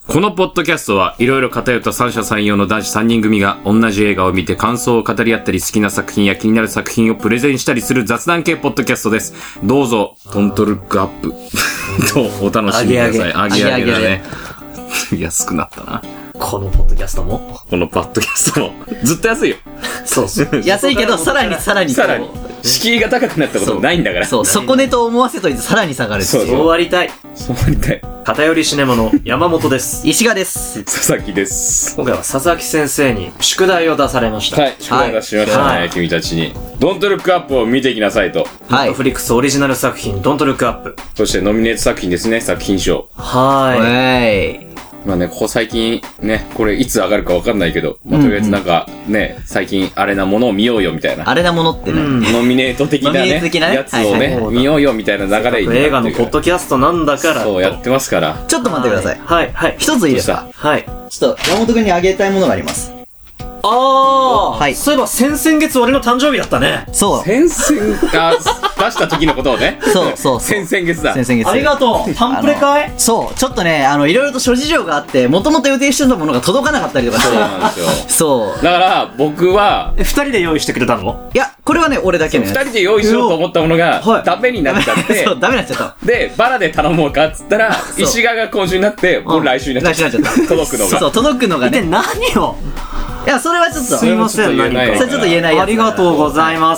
このポッドキャストはいろいろ偏った三者三様の男子3人組が同じ映画を見て感想を語り合ったり好きな作品や気になる作品をプレゼンしたりする雑談系ポッドキャストです。どうぞ、トントルックアップとお楽しみください。あげあげだね。安くなったな。 このポッドキャストもこのポッドキャストもずっと安いよ。 そうそう。 安いけど、さらに敷居が高くなったことないんだから。 そう、底値と思わせといてさらに下がる。 そうありたい。 そうありたい。 偏りシネマの山本です。 石賀です。 佐々木です。 今回は佐々木先生に宿題を出されました。 はい、宿題出しましたね、 はい、 君たちに。ドントルックアップを見てきなさいと。 はい。ネットフリックスオリジナル作品、ドントルックアップ。 そしてノミネート作品ですね、作品賞。 はい。 まあね、ここ最近ね、これいつ上がるかわかんないけど、まあ、とりあえずなんかね、最近あれなものを見ようよみたいな。 あれなものってね。 ノミネート的なね、やつをね、見ようよみたいな流れに。 映画のポッドキャストなんだから。 そう、やってますから。 ちょっと待ってください。 はい、はい。 一ついいですか？ はい。 ちょっと、山本くんにあげたいものがあります。 はい。そういえば先々月俺の誕生日だったね。 そう。 出した時のことをね。 そう。 先々月だ。 先々月。 ありがとう。タンプレかい？ そう。ちょっとね、いろいろと諸事情があって、もともと予定してたものが届かなかったりとかして。 そうなんですよ。 そう。 だから、僕は、 二人で用意してくれたの？ いや、これはね、俺だけね。 二人で用意しようと思ったものが、ダメになっちゃって。 そう、ダメになっちゃった。 で、バラで頼もうかっつったら、石川が今週になって、もう来週になっちゃった。届くのが。 そう、届くのがね。 何を？ いや、それはちょっと。 すいません、何か。 それちょっと言えないやつ。 ありがとうございます。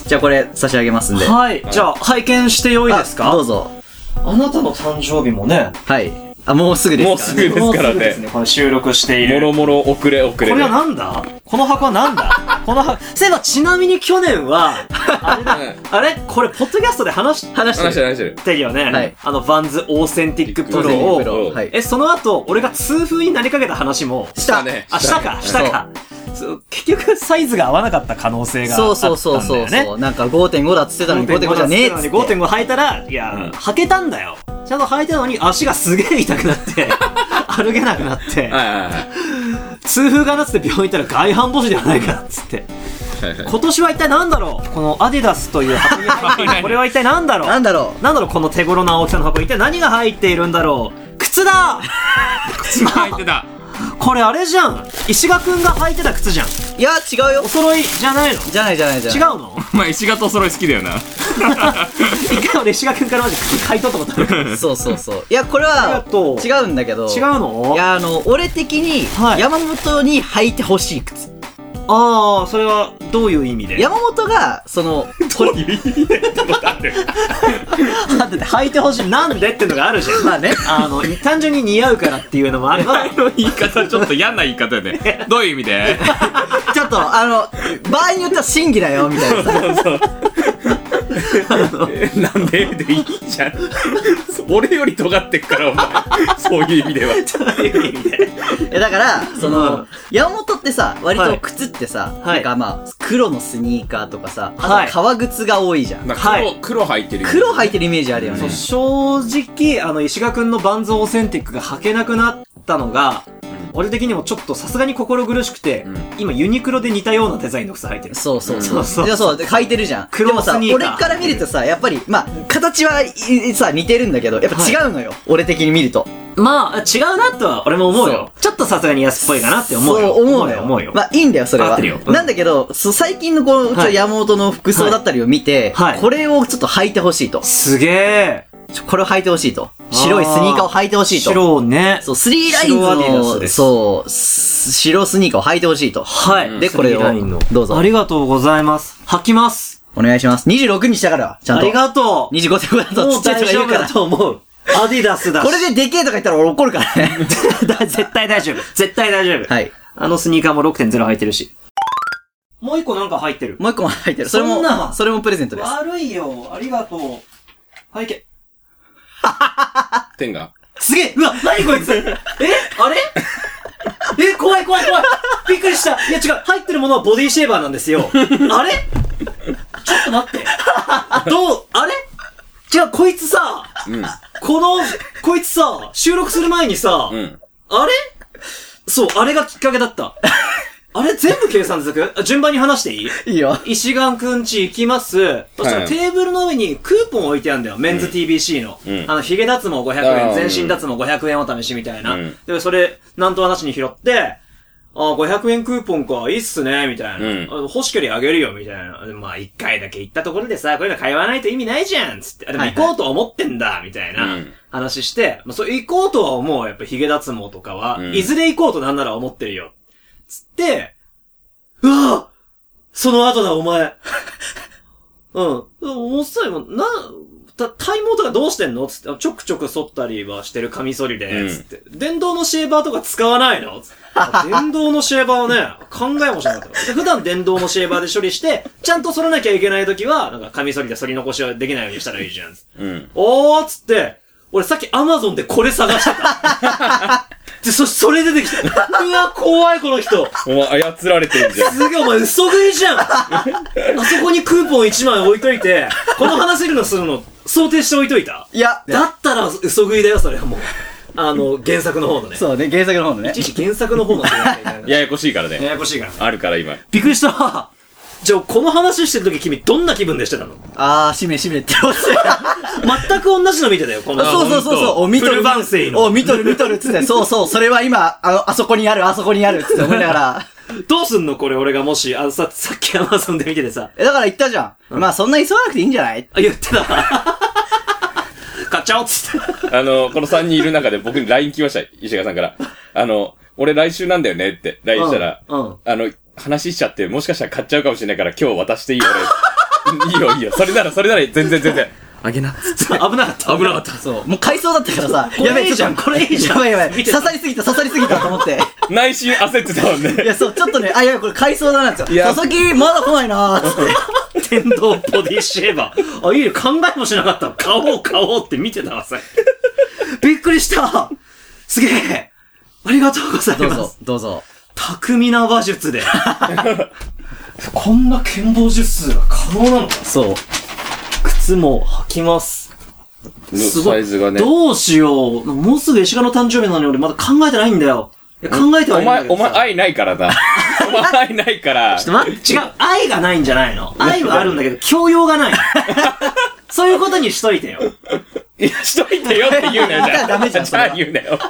じゃあこれ差し上げますんで。 はい。じゃあ、拝見してよいですか？ どうぞ。 あなたの誕生日もね。 はい。もうすぐです。 もうすぐですからね。 この収録している。 もろもろ遅れ。これはなんだ？この箱はなんだ？この箱、そういえばちなみに去年は、あれだ、あれこれ、ポッドキャストで話してる。ってるよね。はい。バンズオーセンティックプロを、その後、俺が痛風になりかけた話も、 したね。 したか。結局サイズが合わなかった可能性があったんだよね。 そう。なんか 5.5 だっつってたのに 5.5 じゃねえっつって。 5.5 履いたら、いや、履けたんだよ。ちゃんと履いてたのに足がすげえ痛くなって、歩けなくなって、痛風がなっつって病院行ったら外反母趾ではないかっつって。今年は一体何だろう？このアディダスという箱に入っているこれは一体何だろう？なんだろうこの手頃な大きさの箱、一体何が入っているんだろう？靴だ！ 靴が入ってた。 これあれじゃん。石川くんが履いてた靴じゃん。 いや、違うよ。 お揃いじゃないの？ じゃない。違うの？ まあ、石川とお揃い好きだよな。 一回俺石川くんからマジ靴買い取ったことある。 そう。いや、これは違うんだけど。 違うの？ いや、俺的に山本に履いてほしい靴。 ああ、それはどういう意味で？ 山本が、 どういう意味でってことある？ だって履いてほしい。なんでってのがあるじゃん。 まあね。 単純に似合うからっていうのもある。 前の言い方、ちょっと嫌な言い方で。どういう意味で？ ちょっと、場合によっては真偽だよ、みたいな。そう。 なんでいいじゃん。俺より尖ってっから、お前。そういう意味では。 そういう意味で。 だから、山本ってさ、割と靴ってさ、なんかまあ、黒のスニーカーとかさ、あと革靴が多いじゃん。 黒履いてる。 黒履いてるイメージあるよね。 正直、石川くんのバンズオーセンティックが履けなくなったのが、俺的にもちょっとさすがに心苦しくて、今ユニクロで似たようなデザインの靴履いてる。 そう。いや、そう、履いてるじゃん。 黒スニーカー。 でもさ、俺から見るとさ、やっぱり、まあ、形はさ、似てるんだけど、やっぱ違うのよ。俺的に見ると。 まあ、違うなとは俺も思うよ。ちょっとさすがに安っぽいかなって思うよ。 そう思うよ。まあ、いいんだよ、それは。なんだけど、最近のこの、山本の服装だったりを見て、これをちょっと履いてほしいと。 すげえ。 これを履いてほしいと。白いスニーカーを履いてほしいと。 白ね。 そう、スリーラインズの、そう、白スニーカーを履いてほしいと。 はい。 で、これを、どうぞ。 ありがとうございます。履きます。 お願いします。26にしたから、ちゃんと。 ありがとう。 25だとちっちゃい人がいるから。 と思う。アディダスだし。 これででけえとか言ったら俺怒るからね。 絶対大丈夫。 はい。 スニーカーも 6.0 入ってるし。もう一個なんか入ってる。 もう一個も入ってる。それもプレゼントです。 悪いよ。ありがとう。はいけ。 天がすげえ。うわ、なにこいつ。あれ怖い。びっくりした。いや違う。入ってるものはボディシェーバーなんですよ。あれちょっと待って。あれ違う、こいつさ、こいつさ、収録する前にさ、あれそう、あれがきっかけだった。 あれ全部計算づく？順番に話していい？ いいよ。 石岩くんち行きます。そしたらテーブルの上にクーポン置いてあるんだよ。メンズ TBC の。ヒゲ脱毛500円、全身脱毛500円お試しみたいな。で、それ、なんと話に拾って、500円クーポンか、いいっすね、みたいな。欲しけりゃあげるよ、みたいな。まあ、1回だけ行ったところでさ、こういうの通わないと意味ないじゃん、つって。でも行こうとは思ってんだ、みたいな話して、まあ、そう行こうとは思う、やっぱヒゲ脱毛とかは、いずれ行こうとなんなら思ってるよ。つって、うわぁその後だ、お前。思ってたよ、体毛とかどうしてんのつって、ちょくちょく剃ったりはしてるカミソリで、つって。電動のシェーバーとか使わないのつって。電動のシェーバーはね、考えもしなかった。普段電動のシェーバーで処理して、ちゃんと剃らなきゃいけないときは、なんかカミソリで剃り残しはできないようにしたらいいじゃん。おーつって、俺さっきアマゾンでこれ探してた。で、それ出てきた。うわ、怖いこの人。 お前操られてんじゃん。 すげえお前嘘食いじゃん。あそこにクーポン1枚置いといて、この話するの想定して置いといた？ いや。 だったら嘘食いだよ、それはもう。原作の方のね。 そうね、原作の方のね。 いちいち原作の方のややこしいからね。 ややこしいからね。 あるから今。 びっくりした。じゃあ、この話してる時君どんな気分でしてたの？ しめって思って。 全く同じの見てたよ、この。 そう。 見とる。フル番宣の。 見とるっつって。そう、それは今、あそこにあるっつって思いながら。 どうすんのこれ俺がもし、さっき Amazon で見ててさ。 だから言ったじゃん。まあそんな急がなくていいんじゃない？ 言ってた。買っちゃおうっつって。 この3人いる中で僕に LINE 来ました、石川さんから。俺来週なんだよねって LINE したら、話しちゃって、もしかしたら買っちゃうかもしれないから今日渡していいよ、俺。いいよ。それなら、全然。あげな。 危なかった。 そう。もう買いそうだったからさ。 やべえじゃん、これいいじゃん。 やばい。刺さりすぎたと思って。 内心焦ってたもんね。 いや、そう、ちょっとね、やばい、これ買いそうだなって。佐々木、まだ来ないなーっつって。電動ボディシェーバー。いいよ、考えもしなかった。買おうって見てたわ、さ。びっくりした。すげえ。ありがとうございます。 どうぞ。 巧みな話術で。こんな剣道術数が可能なのか？ そう。 靴も履きます。 すごい。サイズがね。 どうしよう。もうすぐ石川の誕生日なのに俺まだ考えてないんだよ。考えてはいないんだけど。 お前愛ないからな。お前愛ないから。 ちょっと待って、違う。愛がないんじゃないの？愛はあるんだけど、教養がない。そういうことにしといてよ。 いや、しといてよって言うなよ、じゃあ。 ダメじゃん。 じゃあ言うなよ。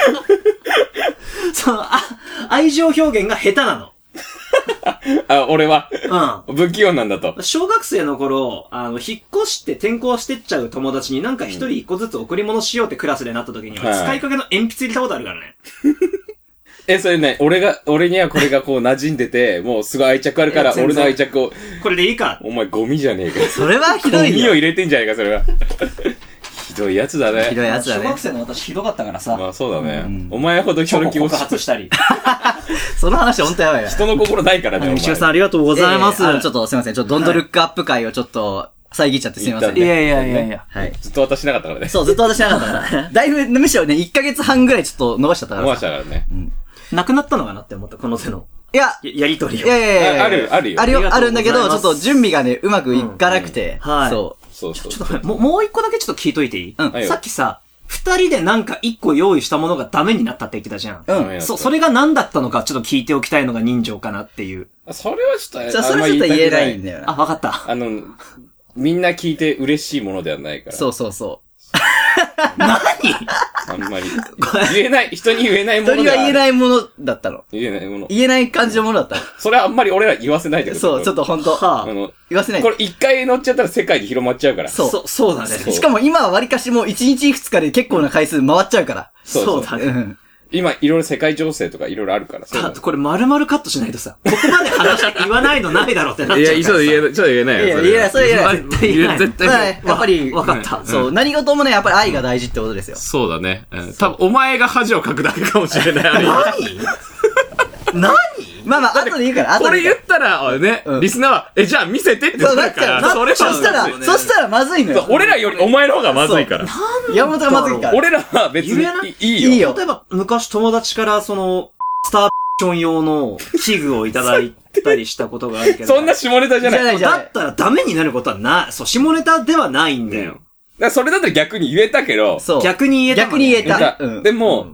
愛情表現が下手なの。 俺は。不器用なんだと。 小学生の頃、引っ越して転校してっちゃう友達になんか一人一個ずつ贈り物しようってクラスでなった時には、使いかけの鉛筆入れたことあるからね。 それね、俺にはこれがこう馴染んでて、もうすごい愛着あるから、俺の愛着を。 これでいいか。 お前ゴミじゃねえか。 それはひどいよ。 ゴミを入れてんじゃねえか、それは。ひどいやつだね。 小学生の私ひどかったからさ。 まあそうだね。お前ほど人の気持ち。 告発したり。 その話ほんとやばいよ。 人の心ないからね、 石川さんありがとうございます。 ちょっとすいません。ドントルックアップ会をちょっと、遮っちゃってすいません。 いや。 はい。 ずっと渡しなかったからね。 そう、ずっと渡しなかったから。だいぶ、むしろね、1ヶ月半ぐらいちょっと伸ばしちゃったから。 伸ばしたからね。 なくなったのかなって思った、この手の。 いや、 やりとりを。 いや。 あるよ。 あるんだけど、ちょっと準備がね、うまくいかなくて。 はい。 そう。 ちょっともう一個だけちょっと聞いといていい？さっきさ、二人でなんか一個用意したものがダメになったって言ってたじゃん。それが何だったのかちょっと聞いておきたいのが人情かなっていう。 それはちょっと、 それはちょっと言えないんだよな。 わかった。 みんな聞いて嬉しいものではないから。 そう。 何？ あんまり。人に言えないもの人には言えないものだったの。 言えないもの。 言えない感じのものだったの。 それはあんまり俺ら言わせないでください。 そう、ちょっとほんと。言わせない。 これ一回乗っちゃったら世界に広まっちゃうから。 そうだね。 しかも今は割かしもう1日2日で結構な回数回っちゃうから。 そうだね。 今、いろいろ世界情勢とかいろいろあるからさ。これ丸々カットしないとさ、ここまで話して言わないのないだろうってなっちゃうからさ。 いや、ちょっと言えないよ。 言えない、それ言えない。 絶対言えない。 絶対。 やっぱり、 わかった。 そう、何事もね、やっぱり愛が大事ってことですよ。 そうだね。多分、お前が恥をかくだけかもしれない。 何まあ、後で言うから、 これ言ったら、ね、リスナーは、じゃあ見せてって言ったから、 そしたらまずいのよ。 俺らよりお前の方がまずいから。 山本がまずいから。 俺らは別にいいよ。 例えば、昔友達からスターション用の器具をいただいたりしたことがあるけど。 そんな下ネタじゃない。 だったらダメになることはない。そう、下ネタではないんだよ。 それだったら逆に言えたけど。 逆に言えた。 でも、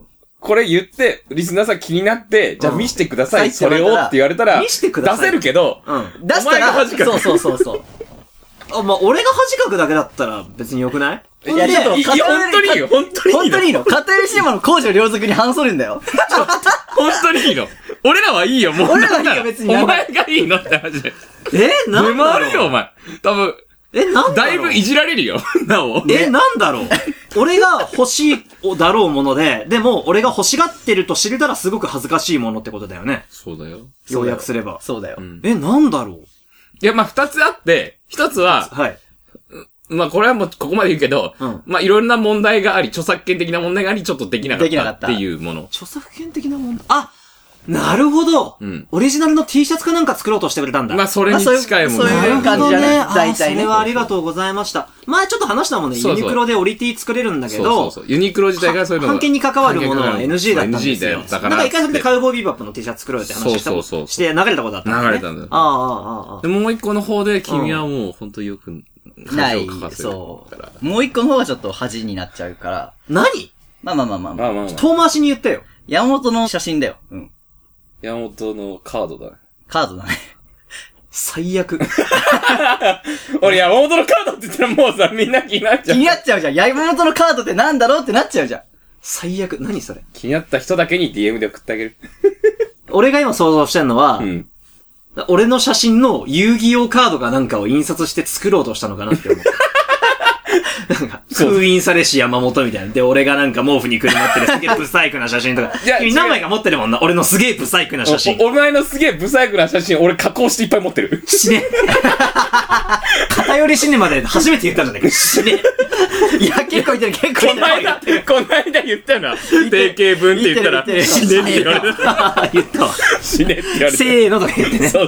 これ言って、リスナーさん気になって、じゃあ見せてください、それをって言われたら、 見せてください。 出せるけど、 出したら、そう。 まあ、俺が恥かくだけだったら別に良くない？ いや、ちょっと、 本当にいいよ、本当にいいの。 片寄りシネマの工場両族に反するんだよ。 本当にいいの。俺らはいいよ、もう。 俺らはいいよ、別に。 お前がいいのって話で。 なんだろう。 出回るよ、お前。多分。 なんだろう。 だいぶいじられるよ、なお。 なんだろう。俺が欲しいだろうもので、でも、俺が欲しがってると知れたらすごく恥ずかしいものってことだよね。 そうだよ。 要約すれば。 そうだよ。 なんだろう。 いや、まあ、二つあって、一つは、 はい。 まあ、これはもう、ここまで言うけど、まあ、いろんな問題があり、著作権的な問題があり、ちょっとできなかったっていうもの。 著作権的な問題。なるほど。オリジナルの T シャツかなんか作ろうとしてくれたんだ。 まあ、それに近いもんね。 そういう感じじゃない大体ね。 それはありがとうございました。前ちょっと話したもんね。ユニクロでオリ T 作れるんだけど。 そう。ユニクロ自体がそういうの版権に関わるものは NG だったんですよ。 NG だよ。だから。 なんか一回それでカウボーイビーバップの T シャツ作ろうって話して流れたことあったんですね。 流れたんだよ。 で、 もう一個の方で、君はもう本当よく、 ない。そう。もう一個の方がちょっと恥になっちゃうから。 何？ まあ。 遠回しに言ったよ。 山本の写真だよ。 山本のカードだね。 カードだね。 最悪。 俺山本のカードって言ったらもうさ、みんな気になっちゃう。 気になっちゃうじゃん。山本のカードってなんだろうってなっちゃうじゃん。 最悪。何それ。 気になった人だけに DM で送ってあげる。俺が今想像してんのは、俺の写真の遊戯王カードかなんかを印刷して作ろうとしたのかなって思う。なんか、封印されし山本みたいな。で、俺がなんか毛布にくるまってるすげえブサイクな写真とか。君何枚か持ってるもんな。俺のすげえブサイクな写真。 お前のすげえブサイクな写真、俺加工していっぱい持ってる。 死ね。偏り死ねまで初めて言ったんじゃないか。死ね。いや、結構言ってる、結構言ってる。 この間言ったよな。定型文って言ったら、死ねって言われた。 言ったわ。 死ねって言われた。 せーのとか言ってね。 そう。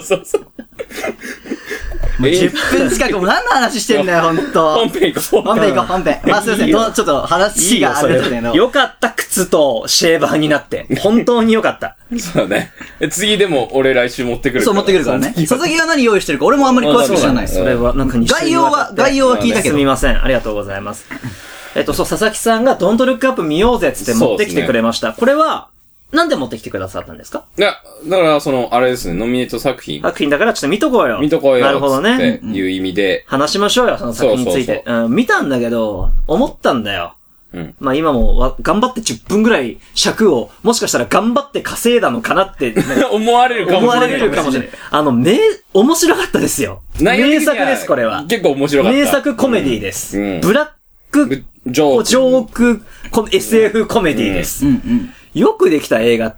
もう10分近くもう何の話してんだよ、ほんと。 本編行こう。 本編。まあすいません、ちょっと話があるんだけど。 よかった、靴とシェーバーになって。本当によかった。 そうね。次でも俺来週持ってくるから。 そう、持ってくるからね。佐々木が何用意してるか俺もあんまり詳しく知らない。 それは、なんか概要は聞いたけど。 すみません。ありがとうございます。佐々木さんが Don't Look Up 見ようぜって持ってきてくれました。これは、なんで持ってきてくださったんですか？ いや、だからあれですね、ノミネート作品だからちょっと見とこうよ。なるほどね。 っていう意味で。 話しましょうよ、その作品について。見たんだけど、思ったんだよ。まあ今も頑張って10分ぐらい尺を、もしかしたら頑張って稼いだのかなって、 思われるかもしれない。 面白かったですよ。名作です、これは。 結構面白かった。 名作コメディです。ブラック、ジョーク、SF コメディです。よくできた映画って、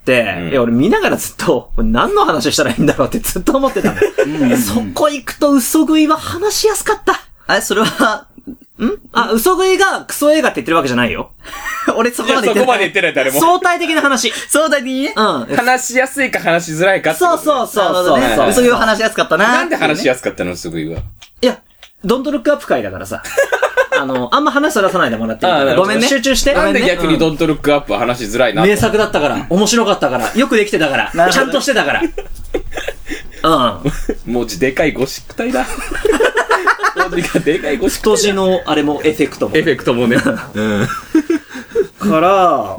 俺見ながらずっと、何の話したらいいんだろうってずっと思ってたの。そこ行くと嘘食いは話しやすかった。 それは、 嘘食いがクソ映画って言ってるわけじゃないよ。 俺そこまで言ってない誰も。 相対的な話。 相対的にね。 話しやすいか話しづらいかって。 そう。 嘘食いは話しやすかったな。 なんで話しやすかったの、嘘食いは。 いや、ドントルックアップ会だからさ。あんま話そらさないでもらっていい？ ごめんね。 集中して。 なんで逆にドントルックアップは話しづらいな。 名作だったから。面白かったから。よくできてたから。ちゃんとしてたから。 文字でかいゴシック体だ。文字がでかいゴシック体。 太字のあれもエフェクトも。 エフェクトもね。 から、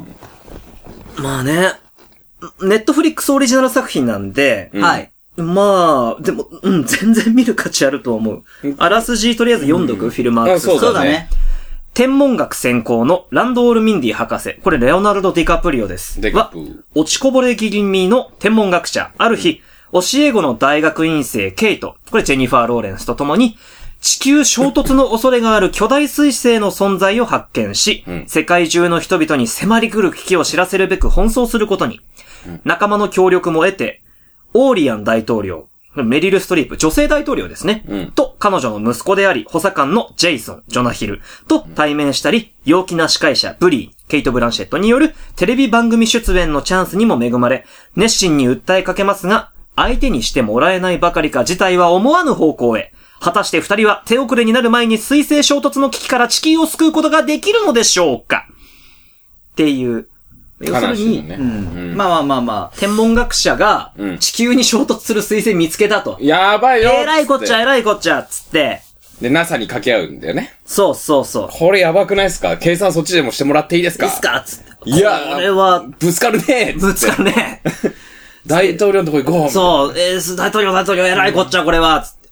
まあね、ネットフリックスオリジナル作品なんで、はい。まあ、でも、全然見る価値あると思う。あらすじとりあえず読んどく、フィルマークス。 そうだね。 天文学専攻のランドール・ミンディ博士。これ、レオナルド・ディカプリオです。は、落ちこぼれ気味の天文学者。ある日、教え子の大学院生、ケイト。これ、ジェニファー・ローレンスと共に、地球衝突の恐れがある巨大彗星の存在を発見し、世界中の人々に迫り来る危機を知らせるべく奔走することに、仲間の協力も得て、オーリアン大統領、メリル・ストリープ、女性大統領ですね。と、彼女の息子であり、補佐官のジェイソン、ジョナヒルと対面したり、陽気な司会者、ブリー、ケイト・ブランシェットによるテレビ番組出演のチャンスにも恵まれ、熱心に訴えかけますが、相手にしてもらえないばかりか事態は思わぬ方向へ。果たして二人は手遅れになる前に彗星衝突の危機から地球を救うことができるのでしょうかっていう。要するに、まあ、天文学者が地球に衝突する彗星見つけたと。 やばいよ。 えらいこっちゃ、つって。 で、NASA に掛け合うんだよね。 そう。 これやばくないですか？計算そっちでもしてもらっていいですか？ いいですか？つって。 いや、 これは、 ぶつかるねぶつかるね。 大統領のとこ行こう。 そう、大統領、偉いこっちゃ、これは。つって。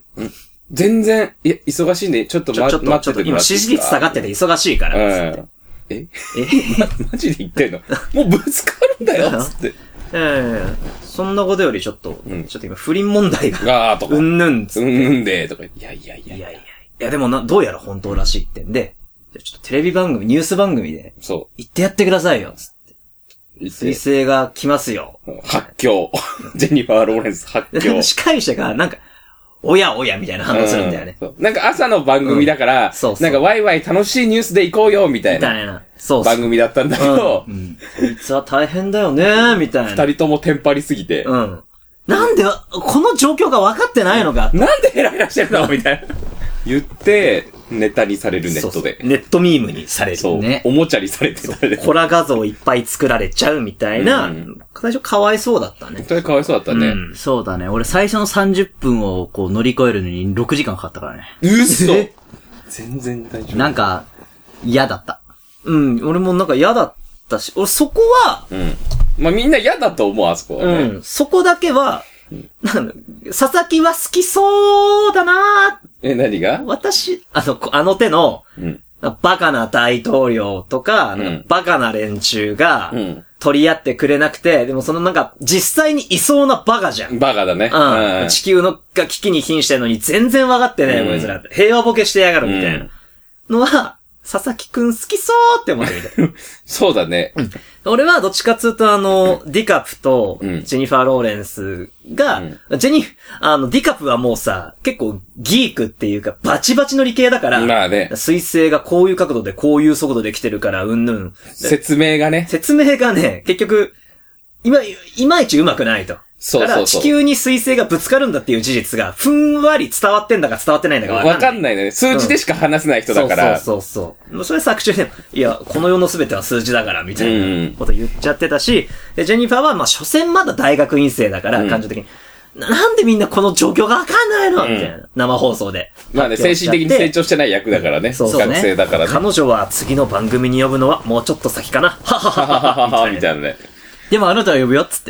全然、いや、忙しいんで、ちょっと待っててもらっていいですか。 今支持率下がってて忙しいから。 マジで言ってんのもうぶつかるんだよ、つって。 そんなことよりちょっと今不倫問題が。 とか。 うんぬんつって。 うんぬんで、とか。いやでもどうやら本当らしいってんで、じゃちょっとテレビ番組、ニュース番組で、 そう。 言ってやってくださいよ、つって。彗星が来ますよ。 発狂。ジェニファー・ローレンス発狂。 司会者がなんか、おやみたいな反応するんだよね。 なんか朝の番組だから、なんかワイワイ楽しいニュースで行こうよ、みたいな。番組だったんだけど、 こいつは大変だよね、みたいな。 二人ともテンパりすぎて。 なんで、この状況が分かってないのか。 なんでヘラヘラしてるのみたいな。言って、ネタにされるネットで。 ネットミームにされる。 そう。おもちゃにされてた。 コラ画像いっぱい作られちゃうみたいな、最初かわいそうだったね。 本当にかわいそうだったね。 そうだね。俺最初の30分をこう乗り越えるのに6時間かかったからね。 嘘全然大丈夫。 なんか、嫌だった。 俺もなんか嫌だったし、俺そこは、 まあみんな嫌だと思う、あそこはね。 そこだけは、佐々木は好きそうだな何が私、あの手の、バカな大統領とか、バカな連中が、取り合ってくれなくて、でもそのなんか、実際にいそうなバカじゃん。 バカだね。 地球が危機に瀕してるのに全然分かってねえ、こいつら。平和ボケしてやがるみたいなのは、佐々木くん好きそうって思ってみた。 そうだね。 俺はどっちかっつうとディカプとジェニファー・ローレンスが、ディカプはもうさ、結構ギークっていうかバチバチの理系だから、 まあね。 彗星がこういう角度でこういう速度で来てるから、 説明がね、 結局、いまいち上手くないと。だから地球に彗星がぶつかるんだっていう事実が、ふんわり伝わってんだか伝わってないんだかわかんないね。数字でしか話せない人だから。 そう。それ作中で、いや、この世の全ては数字だから、みたいなこと言っちゃってたし、でジェニファーは、所詮まだ大学院生だから、感情的に。なんでみんなこの状況がわかんないのみたいな。生放送で。 まあね、精神的に成長してない役だからね。学生だからね。 彼女は次の番組に呼ぶのはもうちょっと先かな。ははははは。 みたいなね。 でもあなたは呼ぶよ、っつって。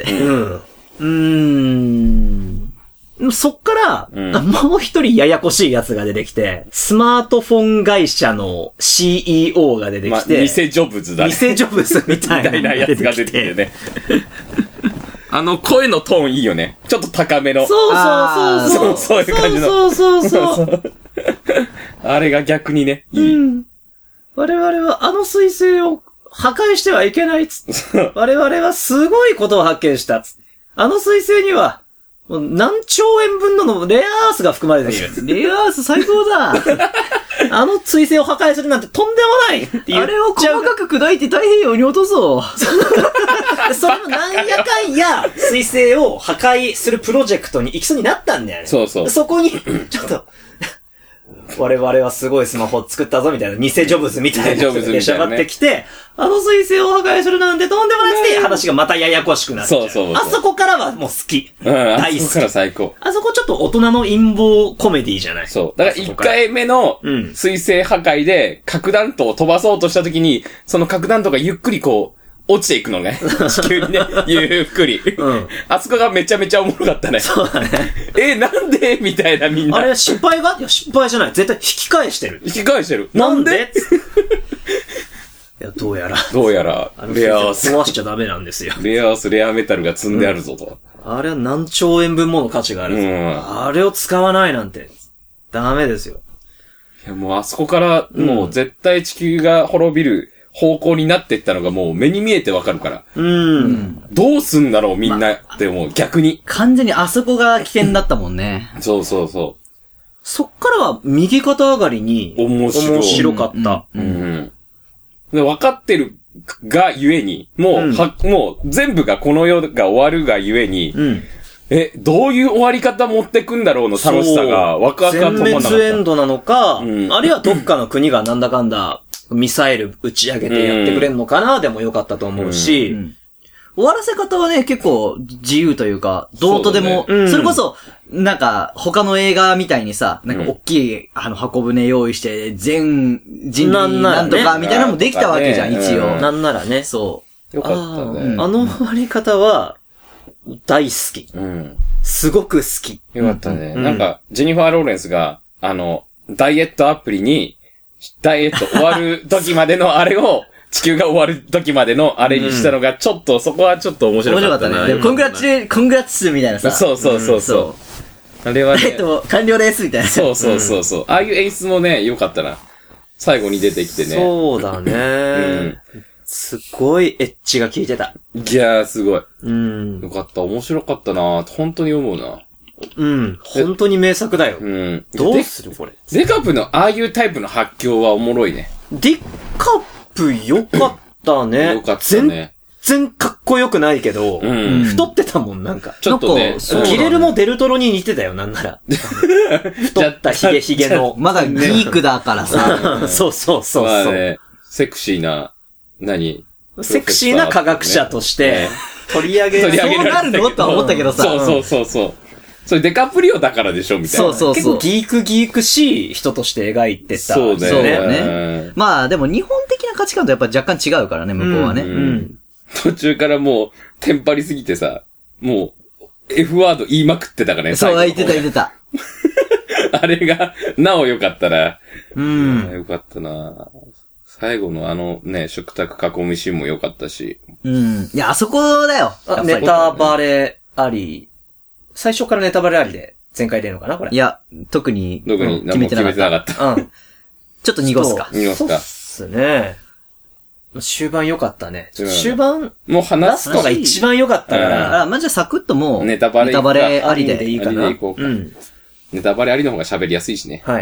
そっから、もう一人ややこしいやつが出てきて、スマートフォン会社の CEO が出てきて、 偽ジョブズだね。 偽ジョブズみたいなやつが出てきてね。声のトーンいいよね。ちょっと高めの。そういう感じの。 そう。 あれが逆にね、いい。 我々は彗星を破壊してはいけないっつって。我々はすごいことを発見したっつって。彗星には、何兆円分のレアアースが含まれている。レアアース最高だ彗星を破壊するなんてとんでもないって言っちゃう。 あれを細かく砕いて太平洋に落とそう。 それもなんやかんや、彗星を破壊するプロジェクトに行きそうになったんだよね。 そう。 そこに、ちょっと、我々はすごいスマホを作ったぞみたいな、偽ジョブズみたいなのが出しゃがってきて、彗星を破壊するなんてとんでもないって話がまたややこしくなっちゃう。 そう。 あそこからはもう好き。 大好き。あそこから最高。 あそこちょっと大人の陰謀コメディじゃない？ そう。だから1回目の彗星破壊で核弾頭を飛ばそうとした時に、その核弾頭がゆっくり落ちていくのね。地球にね。ゆっくり。あそこがめちゃめちゃおもろかったね。 そうだね。 なんでみたいなみんな。 あれ失敗が？いや、失敗じゃない。絶対引き返してる。なんでいや、どうやら。 レアアース。 壊しちゃダメなんですよ。 レアアース、レアメタルが積んであるぞと。 あれは何兆円分もの価値があるぞ。あれを使わないなんて、ダメですよ。 いや、もうあそこから、もう絶対地球が滅びる方向になっていったのがもう目に見えてわかるから。どうすんだろうみんなって思う、逆に。 完全にあそこが危険だったもんね。 そう。 そっからは右肩上がりに面白かった。で分かってるがゆえに、もう全部がこの世が終わるがゆえに、どういう終わり方持ってくんだろうの楽しさがワクワクが止まんなかった。全滅エンドなのか、あるいはどっかの国がなんだかんだミサイル打ち上げてやってくれんのかなでもよかったと思うし、 終わらせ方はね、結構自由というか、どうとでも、それこそ、なんか、他の映画みたいにさ、なんか大きい、箱舟用意して、全人類なんとかみたいなのもできたわけじゃん、一応。 なんならね。 そう。 よかったね。 あの終わり方は、大好き。すごく好き。 よかったね。なんか、ジェニファー・ローレンスが、ダイエットアプリに、ダイエット終わる時までのあれを、地球が終わる時までのあれにしたのが、ちょっと、そこはちょっと面白かったね。 面白かったね。でもコングラッツみたいなさ。 そう。あれはね。 完了ですみたいな。 そう。ああいう演出もね、良かったな。最後に出てきてね。 そうだね。すごいエッジが効いてた。 いやー、すごい。よかった。面白かったな。本当に思うな。 本当に名作だよ。どうするこれ。 デカプのああいうタイプの発狂はおもろいね。 デカプよかったね。 よかったね。 全然かっこよくないけど、太ってたもん、なんか。 ちょっとね。 ギレルモ・デルトロに似てたよ、なんなら。太ったヒゲの。 まだギークだからさ。 そう。 まあね、セクシーな、 セクシーな科学者として、取り上げそうなるのとは思ったけどさ。 そう。それデカプリオだからでしょみたいな。 そう。結構ギークしい人として描いてた。 そうだよね。 まあでも日本的な価値観とやっぱ若干違うからね、向こうはね。 途中からもう、テンパりすぎてさ、もう、F ワード言いまくってたからね。 そう、言ってた。 あれが、なおよかったら。よかったな。最後の食卓囲みシーンも良かったし。 いや、あそこだよ。 ネタバレあり。最初からネタバレありで全開出るのかなこれ。 いや、特に何も決めてなかった。 ちょっと濁すか。 そうっすね。終盤良かったね。終盤もう話すのが一番良かったから。 まあ、じゃあサクッともう、 ネタバレありでいいかな。 ネタバレありの方が喋りやすいしね。 はい。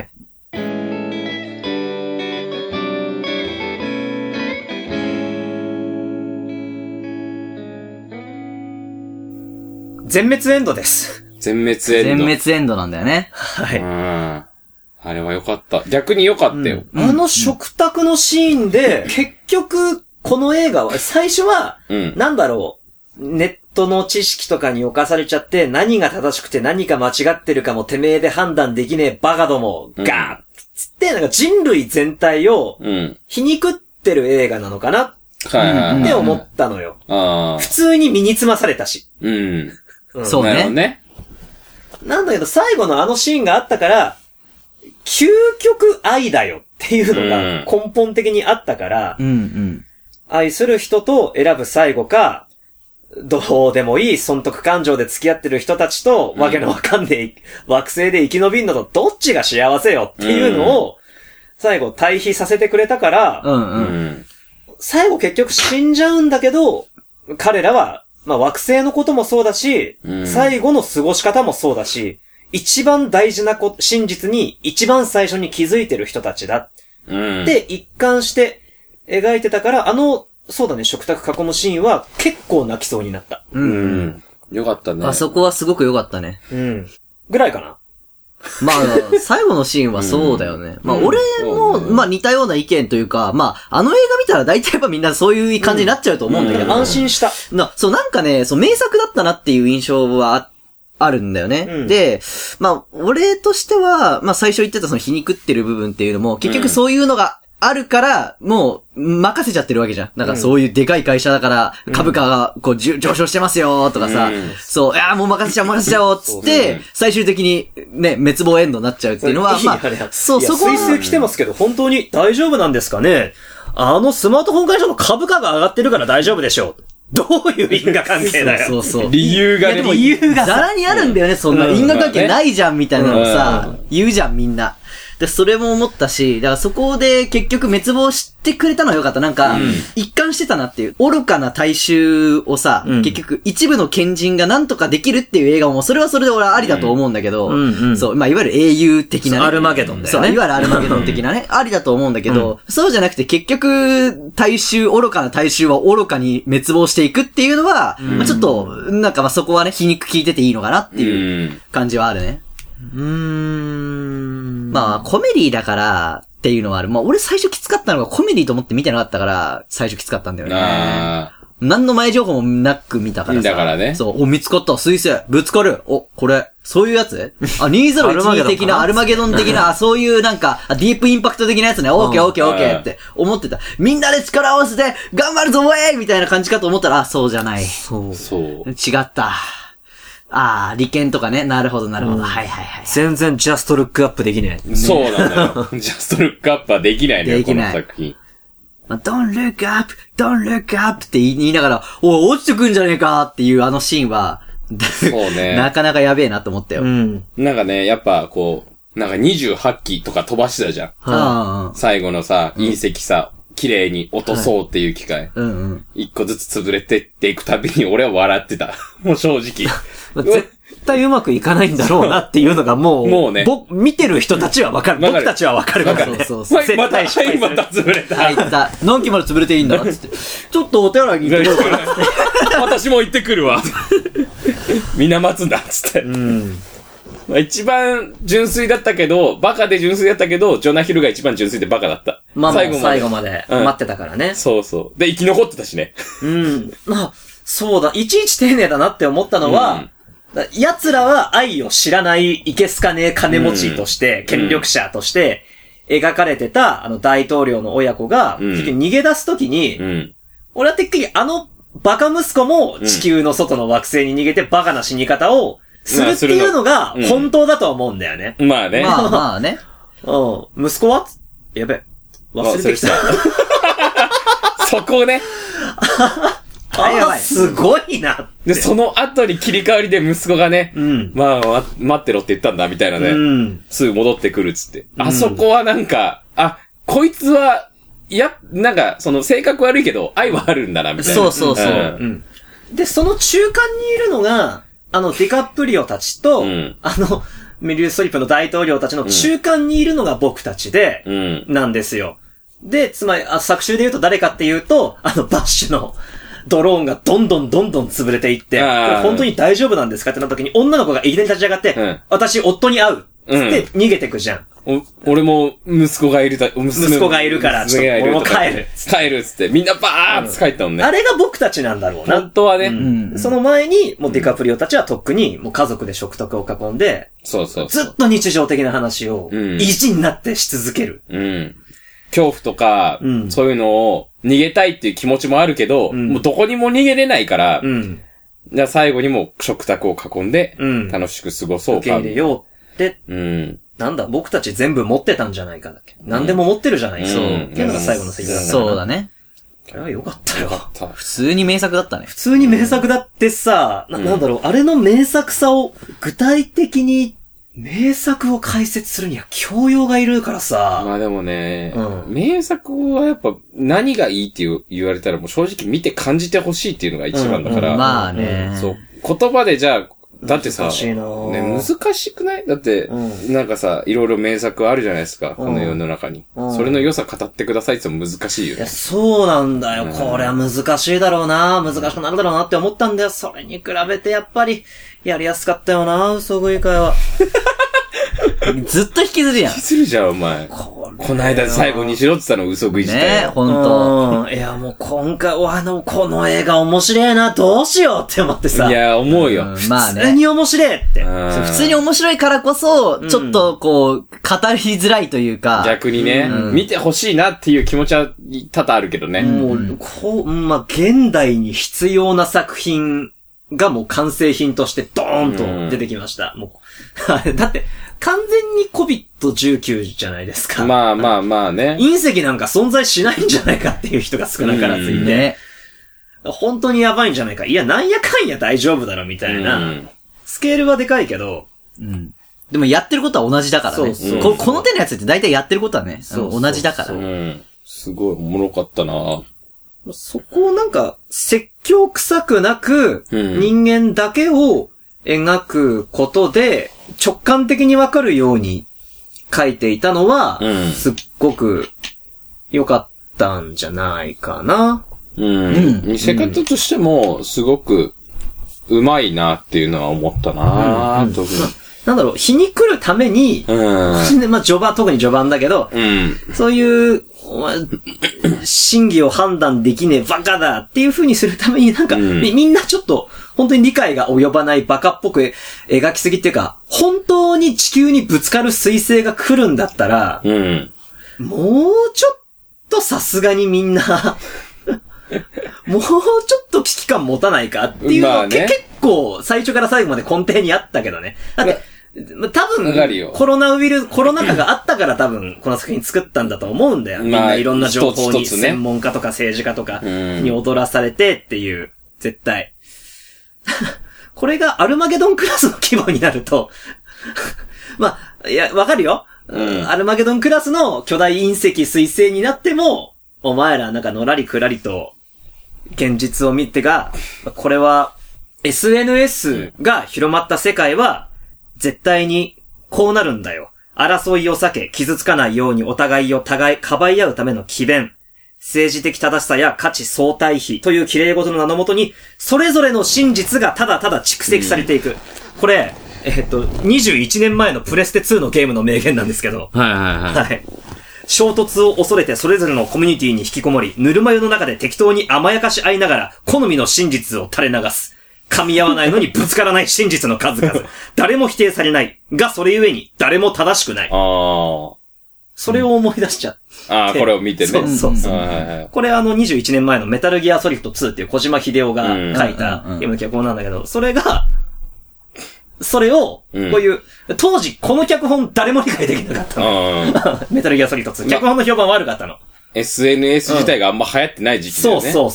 全滅エンドです。 全滅エンドなんだよね。 はい。 あれは良かった。逆に良かったよ。 食卓のシーンで、結局、この映画は、最初は、なんだろう、ネットの知識とかに侵されちゃって、何が正しくて何が間違ってるかもてめえで判断できねえバカども、ガーッつって、なんか人類全体を、皮肉ってる映画なのかなって思ったのよ。普通に身につまされたし。 そうね。 なんだけど最後のあのシーンがあったから、究極愛だよっていうのが根本的にあったから、愛する人と選ぶ最後か、どうでもいい損得感情で付き合ってる人たちと、わけのわかんねえ惑星で生き延びんのとどっちが幸せよっていうのを、最後対比させてくれたから、最後結局死んじゃうんだけど、彼らは、まあ惑星のこともそうだし、最後の過ごし方もそうだし、一番大事な真実に一番最初に気づいてる人たちだって一貫して描いてたから、そうだね、食卓囲むシーンは結構泣きそうになった。 よかったね。 あそこはすごくよかったね。 ぐらいかな。 まあ、最後のシーンはそうだよね。まあ、俺も、まあ似たような意見というか、まあ、あの映画見たら大体やっぱみんなそういう感じになっちゃうと思うんだけど。 安心した。 そう、なんかね、名作だったなっていう印象はあるんだよね。で、まあ、俺としては、まあ最初言ってたその皮肉ってる部分っていうのも、結局そういうのがあるから、もう、任せちゃってるわけじゃん。なんかそういうでかい会社だから、株価がこう上昇してますよとかさ、そう、いやもう任せちゃおうっつって、最終的にね、滅亡エンドになっちゃうっていうのは、まあ、 そこは。水星来てますけど、本当に大丈夫なんですかね？スマートフォン会社の株価が上がってるから大丈夫でしょう。どういう因果関係だよ。 そう。 理由がね。 理由がザラにあるんだよね、そんな。因果関係ないじゃんみたいなのさ、言うじゃんみんな。で、それも思ったし、だからそこで結局滅亡してくれたのはよかった。なんか、一貫してたなっていう。愚かな大衆をさ、結局一部の賢人がなんとかできるっていう映画も、それはそれで俺はありだと思うんだけど、そう、まあいわゆる英雄的なね。 アルマゲドンだよね。 そう、いわゆるアルマゲドン的なね。ありだと思うんだけど、そうじゃなくて結局、愚かな大衆は愚かに滅亡していくっていうのは、まあちょっと、なんかまあそこはね、皮肉聞いてていいのかなっていう感じはあるね。まあ、コメディだからっていうのはある。まあ、俺最初きつかったのがコメディと思って見てなかったから、最初きつかったんだよね。 何の前情報もなく見たからさ。 だからね。 そう、お、見つかった、彗星、ぶつかる。お、これ、そういうやつ2012的な、アルマゲドン的な、そういうなんか、ディープインパクト的なやつね、オーケーオーケーオーケーって思ってた。みんなで力を合わせて、頑張るぞ、ウェイみたいな感じかと思ったら、そうじゃない。 そう。 そう。 違った。利権とかね。なるほど、なるほど。はいはいはい。 全然ジャストルックアップできない。 そうなんだよ。ジャストルックアップはできないのよ、この作品。 Don't look up, don't look up って言いながら、おい、落ちてくんじゃねえかっていうシーンは、 そうね。 なかなかやべえなと思ったよ。 なんかね、やっぱこう、なんか28機とか飛ばしてたじゃん。最後のさ、隕石さ、綺麗に落とそうっていう機会。一個ずつ潰れてっていくたびに俺は笑ってた。もう正直。 絶対うまくいかないんだろうなっていうのがもうね。見てる人たちはわかる。僕たちはわかるからね。 そう。 絶対失敗する。 また潰れた。 入った。何期まで潰れていいんだつって。ちょっとお手洗いに行ってこようかな。 私も行ってくるわ。みんな待つんだ、つって。一番純粋だったけど、バカで純粋だったけど、ジョナヒルが一番純粋でバカだった。 まあ最後まで待ってたからね。 そうそう。で、生き残ってたしね。 そうだ。いちいち丁寧だなって思ったのは、奴らは愛を知らないいけすかねえ金持ちとして、権力者として描かれてた大統領の親子が、逃げ出すときに、俺はてっきりバカ息子も地球の外の惑星に逃げてバカな死に方をするっていうのが本当だと思うんだよね。 まあね。 まあね。 息子はやべ。忘れてきた。 そこね。 すごいなって。 で、その後に切り替わりで息子がね、まあ、待ってろって言ったんだ、みたいなね。すぐ戻ってくるっつって。あそこはなんか、こいつは、なんか、性格悪いけど、愛はあるんだな、みたいな。 そう。 で、その中間にいるのが、ディカプリオたちと、メリル・ストリップの大統領たちの中間にいるのが僕たちで、なんですよ。で、つまり、作中で言うと誰かっていうと、バッシュのドローンがどんどん潰れていって、これ本当に大丈夫なんですかってなった時に、女の子がいきなり立ち上がって、私、夫に会うって逃げてくじゃん。 俺も息子がいるから、 ちょっと俺も帰るっつって、みんなバーッと帰ったもんね。 あれが僕たちなんだろうな。 本当はね。 その前に、もうディカプリオたちはとっくに、もう家族で食卓を囲んで、 ずっと日常的な話を、意地になってし続ける。 恐怖とか、そういうのを逃げたいっていう気持ちもあるけど、もうどこにも逃げれないから、じゃあ最後にも食卓を囲んで、楽しく過ごそうか。 受け入れようって、なんだ、僕たち全部持ってたんじゃないかだっけ。何でも持ってるじゃないか。そう。っていうのが最後のセリフだった。 そうだね。 これはよかったよ。 普通に名作だったね。 普通に名作だってさ、なんだろう、あれの名作さを具体的に名作を解説するには教養がいるからさ。 まあでもね、名作はやっぱ何がいいって言われたらもう正直見て感じてほしいっていうのが一番だから。 まあね。 そう。言葉でじゃあ、だってさ、 難しいなぁ。 ね、難しくないだって、なんかさ、いろいろ名作あるじゃないですか、この世の中に。それの良さ語ってくださいって言っても難しいよね。 いや、そうなんだよ。これは難しいだろうな難しくなるだろうなって思ったんだよ。それに比べてやっぱり、やりやすかったよな嘘食い会は。 ずっと引きずるやん。 引きずるじゃん、お前。この間最後にしろって言ったの嘘食いしたよ。 ねほんと。 いや、もう今回はこの映画面白いな、どうしようって思ってさ。 いや、思うよ。 まあね。 普通に面白いって。 普通に面白いからこそ、ちょっとこう、語りづらいというか。 逆にね、見てほしいなっていう気持ちは多々あるけどね。 もう、まあ、現代に必要な作品がもう完成品としてドーンと出てきました。もう、だって、完全に COVID-19 じゃないですか。 まあまあまあね。 隕石なんか存在しないんじゃないかっていう人が少なからずいて。ね、本当にやばいんじゃないか。いや、なんやかんや大丈夫だろみたいな。スケールはでかいけど。 でもやってることは同じだからね。この手のやつって大体やってることはね、同じだから。 すごいおもろかったなそこをなんか、説教臭くなく、人間だけを描くことで、直感的にわかるように書いていたのは、すっごく良かったんじゃないかな。 見せ方としても、すごく、うまいなっていうのは思ったな特に。 なんだろう、皮に来るために、まあ特に序盤だけど、そういう、お前、真偽を判断できねえバカだっていう風にするためになんか、みんなちょっと、本当に理解が及ばないバカっぽく描きすぎっていうか、本当に地球にぶつかる彗星が来るんだったら、もうちょっとさすがにみんな、もうちょっと危機感持たないかっていうのは、結構最初から最後まで根底にあったけどね。だって、多分、コロナ禍があったから多分、この作品作ったんだと思うんだよ。みんないろんな情報に専門家とか政治家とかに踊らされてっていう、絶対。これがアルマゲドンクラスの規模になると、まあ、いや、わかるよ。アルマゲドンクラスの巨大隕石彗星になっても、お前らなんかのらりくらりと、現実を見てが、これは、SNS が広まった世界は、絶対にこうなるんだよ。争いを避け、傷つかないようにお互いをかばい合うための機弁。政治的正しさや価値相対比という綺麗事の名のもとに、それぞれの真実がただただ蓄積されていく。これ、21年前のプレステ2のゲームの名言なんですけど。はい。衝突を恐れてそれぞれのコミュニティに引きこもり、ぬるま湯の中で適当に甘やかし合いながら、好みの真実を垂れ流す。噛み合わないのにぶつからない真実の数々。誰も否定されない。が、それゆえに誰も正しくない。それを思い出しちゃって。 これを見てね。 そう。これ21年前のメタルギアソリッド2っていう小島秀夫が書いたゲームの脚本なんだけど、それを、こういう、当時この脚本誰も理解できなかったの。メタルギアソリッド2。脚本の評判悪かったの。 SNS 自体があんま流行ってない時期だよね。 そう。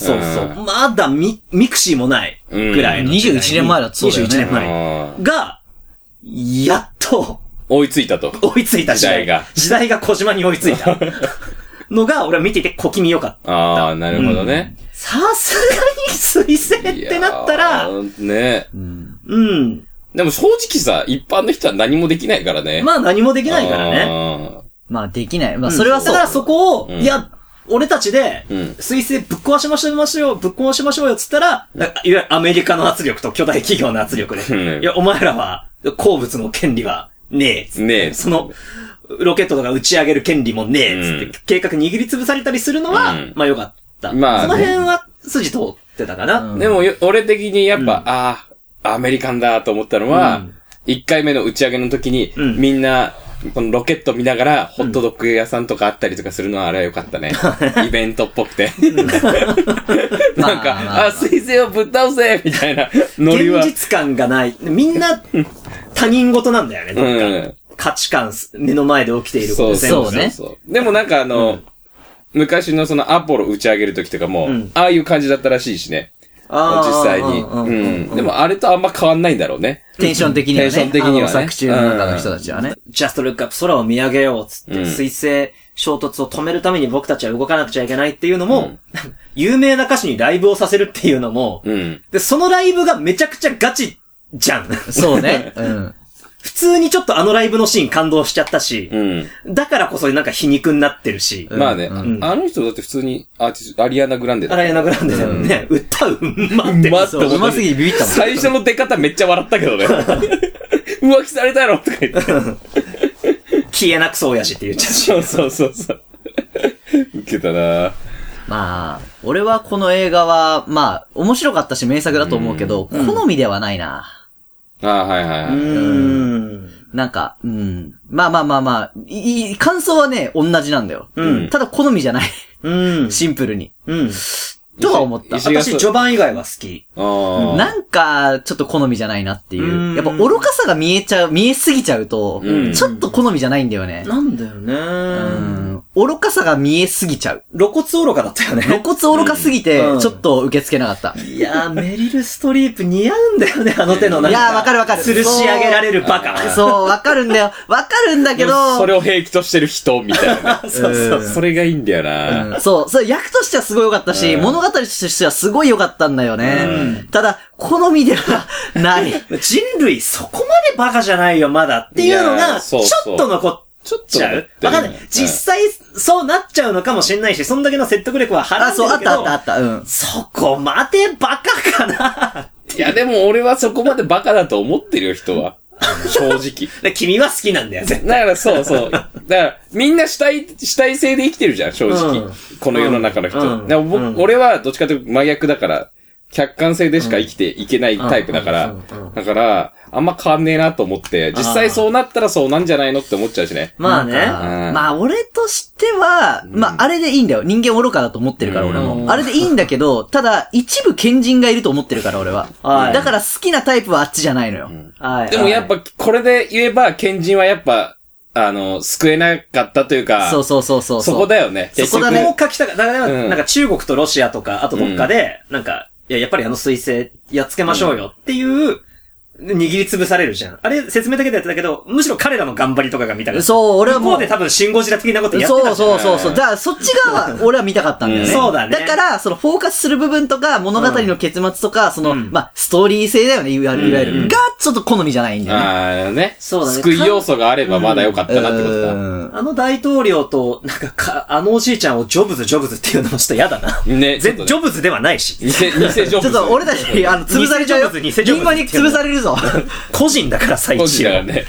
まだミクシーもないぐらいの。 21年前だってそうだよね。 21年前。が、やっと、 追いついたと。 追いついた時代が小島に追いついた。のが、俺は見ていて小気味良かった。 なるほどね。 さすがに彗星ってなったら、 ね。でも正直さ、一般の人は何もできないからね。 まあ何もできないからね。 まあできない。まあそれはそう。 だからそこを、いや、俺たちで、彗星ぶっ壊しましょうよっつったら、いわゆるアメリカの圧力と巨大企業の圧力で、いや、お前らは、鉱物の権利はねえ。その、ロケットとか打ち上げる権利もねえっつって、計画握りつぶされたりするのは、まあよかった。まあ、その辺は筋通ってたかな。 でも、俺的にやっぱ、アメリカンだと思ったのは、1回目の打ち上げの時に、みんな、このロケット見ながら、ホットドッグ屋さんとかあったりとかするのはあれはよかったね。イベントっぽくて。なんか、彗星をぶっ倒せみたいなノリは。 現実感がない。みんな、他人事なんだよね、どっか。価値観、目の前で起きていることそうね。 でもなんか昔のそのアポロ打ち上げる時とかも、ああいう感じだったらしいしね。実際に。でもあれとあんま変わんないんだろうね。 テンション的にはね。 テンション的にはね。 作中の中の人たちはね。 Just look up 空を見上げようつって、彗星衝突を止めるために僕たちは動かなくちゃいけないっていうのも、有名な歌手にライブをさせるっていうのも、で、そのライブがめちゃくちゃガチじゃん。 そうね。 普通にちょっとライブのシーン感動しちゃったし、だからこそなんか皮肉になってるし。 まあね、あの人だって普通にアリアナ・グランデだ。 アリアナ・グランデだよね。歌うまって。 うますぎてビビったもん。 最初の出方めっちゃ笑ったけどね。浮気されたやろとか言って。 消えなくそうやしって言っちゃう。 そう。ウケたな。 まあ、俺はこの映画は、まあ、面白かったし名作だと思うけど、好みではないな。 はい。 なんか、まあ、感想はね、同じなんだよ。ただ好みじゃない。シンプルに。とは思った。 私、序盤以外は好き。 なんか、ちょっと好みじゃないなっていう。やっぱ愚かさが見えすぎちゃうと、ちょっと好みじゃないんだよね。 なんだよね。 愚かさが見えすぎちゃう。 露骨愚かだったよね。 露骨愚かすぎて、ちょっと受け付けなかった。 いやー、メリル・ストリープ似合うんだよね、あの手のなんか。 いやー、わかる。 吊るし上げられるバカ。 そう、わかるんだよ。わかるんだけど。 それを平気としてる人、みたいな。そう。それがいいんだよな。 そう、役としてはすごい良かったし、物語としてはすごい良かったんだよね。ただ、好みではない。 人類そこまでバカじゃないよ、まだ。っていうのが、ちょっと残っちゃう。わかんない。実際、そうなっちゃうのかもしれないし、そんだけの説得力は払ってるけど。 あった。 そこまでバカかな。 いや、でも俺はそこまでバカだと思ってるよ、人は。 正直。 で君は好きなんだよ、絶対。 だからそうそう。だからみんな主体性で生きてるじゃん、正直。この世の中の人。だから俺はどっちかというと真逆だから、客観性でしか生きていけないタイプだから、だから、あんま変わんねえなと思って、実際そうなったらそうなんじゃないのって思っちゃうしね。 まあね。 まあ俺としては、まああれでいいんだよ。人間愚かだと思ってるから俺も。あれでいいんだけど、ただ一部賢人がいると思ってるから俺は。だから好きなタイプはあっちじゃないのよ。 でもやっぱこれで言えば、賢人はやっぱ、救えなかったというか。 そう。そこだよね。 そこを書きたかった。だから、なんか中国とロシアとか、あとどっかで、なんか、やっぱり彗星やっつけましょうよっていう、握りつぶされるじゃん。あれ、説明だけでやってたけど、むしろ彼らの頑張りとかが見たかった。 そう、俺はもう。 向こうで多分シンゴジラ的なことやってたじゃん。 そう。だからそっち側は、俺は見たかったんだよね。 そうだね。 だから、フォーカスする部分とか、物語の結末とか、まあ、ストーリー性だよね、いわゆる。が、ちょっと好みじゃないんだよね。 ああ、ね。そうだね。救い要素があればまだよかったなってことだ。 大統領と、なんか、おじいちゃんをジョブズっていうのもちょっと嫌だな。ね。ジョブズではないし。 偽ジョブズ。 ちょっと俺たち、潰されちゃうよ。リンゴに潰されるぞ。 個人だからさ、一応。 ね、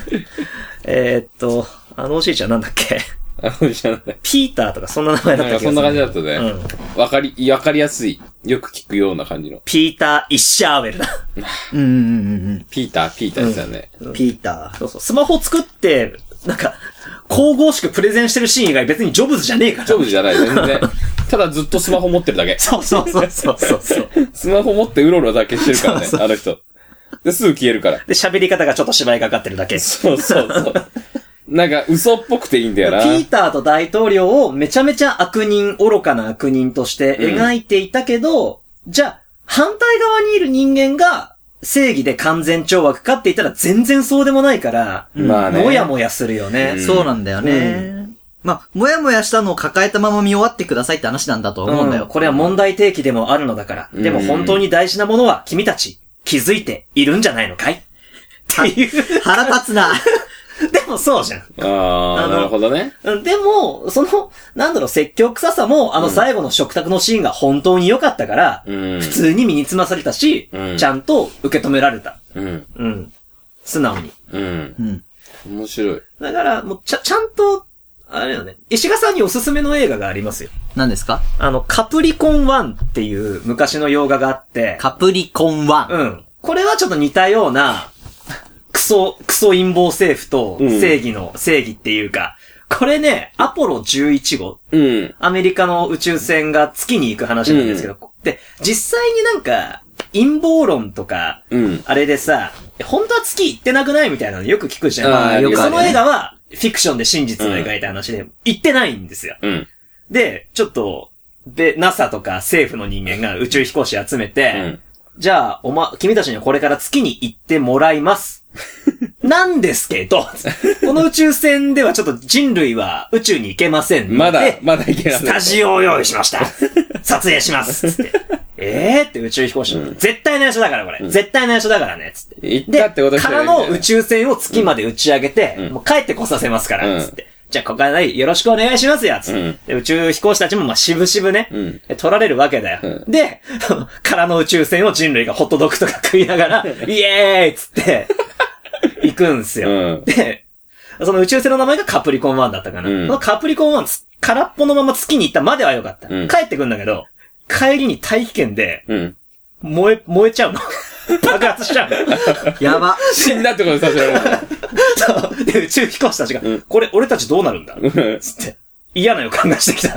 おじいちゃんなんだっけおじいちゃんなんだっけピーターとかそんな名前だったっけ。 そんな感じだったね。わかりやすい。よく聞くような感じの。 ピーター・イッシャーウェルだ。 ピーターですよね。 ピーター。 そう。スマホ作って、なんか、神々しくプレゼンしてるシーン以外別にジョブズじゃねえから。 ジョブズじゃない、全然。ただずっとスマホ持ってるだけ。 そう。 スマホ持ってうろうろだけしてるからね、あの人。で、すぐ消えるから。 で、喋り方がちょっと芝居かかってるだけ。 そう。なんか、嘘っぽくていいんだよな。 ピーターと大統領をめちゃめちゃ愚かな悪人として描いていたけど、じゃあ、反対側にいる人間が正義で完全懲悪かって言ったら全然そうでもないから、 まあね。 もやもやするよね。 そうなんだよね。まあ、もやもやしたのを抱えたまま見終わってくださいって話なんだと思うんだよ。 これは問題提起でもあるのだから。でも本当に大事なものは君たち気づいているんじゃないのかいっていう。 腹立つな。 でもそうじゃん。 なるほどね。 でも、説教臭さも、最後の食卓のシーンが本当に良かったから、普通に身につまされたし、ちゃんと受け止められた。素直に。 面白い。 だから、もうちゃんと、あれよね。石川さんにおすすめの映画がありますよ。 何ですか？ カプリコン1っていう昔の洋画があって。 カプリコン1。 これはちょっと似たような、クソ陰謀政府と正義っていうか、これね、アポロ11号。アメリカの宇宙船が月に行く話なんですけど、で、実際になんか、陰謀論とか、あれでさ、本当は月行ってなくないみたいなのよく聞くじゃん。その映画は、フィクションで真実を描いた話で、行ってないんですよ。で、ちょっと、NASA とか政府の人間が宇宙飛行士集めて、じゃあ、君たちにはこれから月に行ってもらいます。なんですけど、この宇宙船ではちょっと人類は宇宙に行けませんので、 まだ行けない。 スタジオを用意しました。撮影します。つって。って宇宙飛行士、絶対内緒だからこれ。絶対内緒だからね。つって。 行ったってことからの宇宙船を月まで打ち上げて、もう帰ってこさせますから、つって。じゃあ、ここからよろしくお願いしますよ、つって。で宇宙飛行士たちもしぶしぶね、取られるわけだよ。で、からの宇宙船を人類がホットドッグとか食いながら、イエーイつって、行くんすよ。で、その宇宙船の名前がカプリコン1だったかな。そのカプリコン1、空っぽのまま月に行ったまではよかった。帰ってくんだけど、帰りに大気圏で、燃えちゃうの。爆発しちゃう。 やば。 死んだってことさせられる。 そう。で、宇宙飛行士たちが、これ、俺たちどうなるんだつって。嫌な予感がしてきた。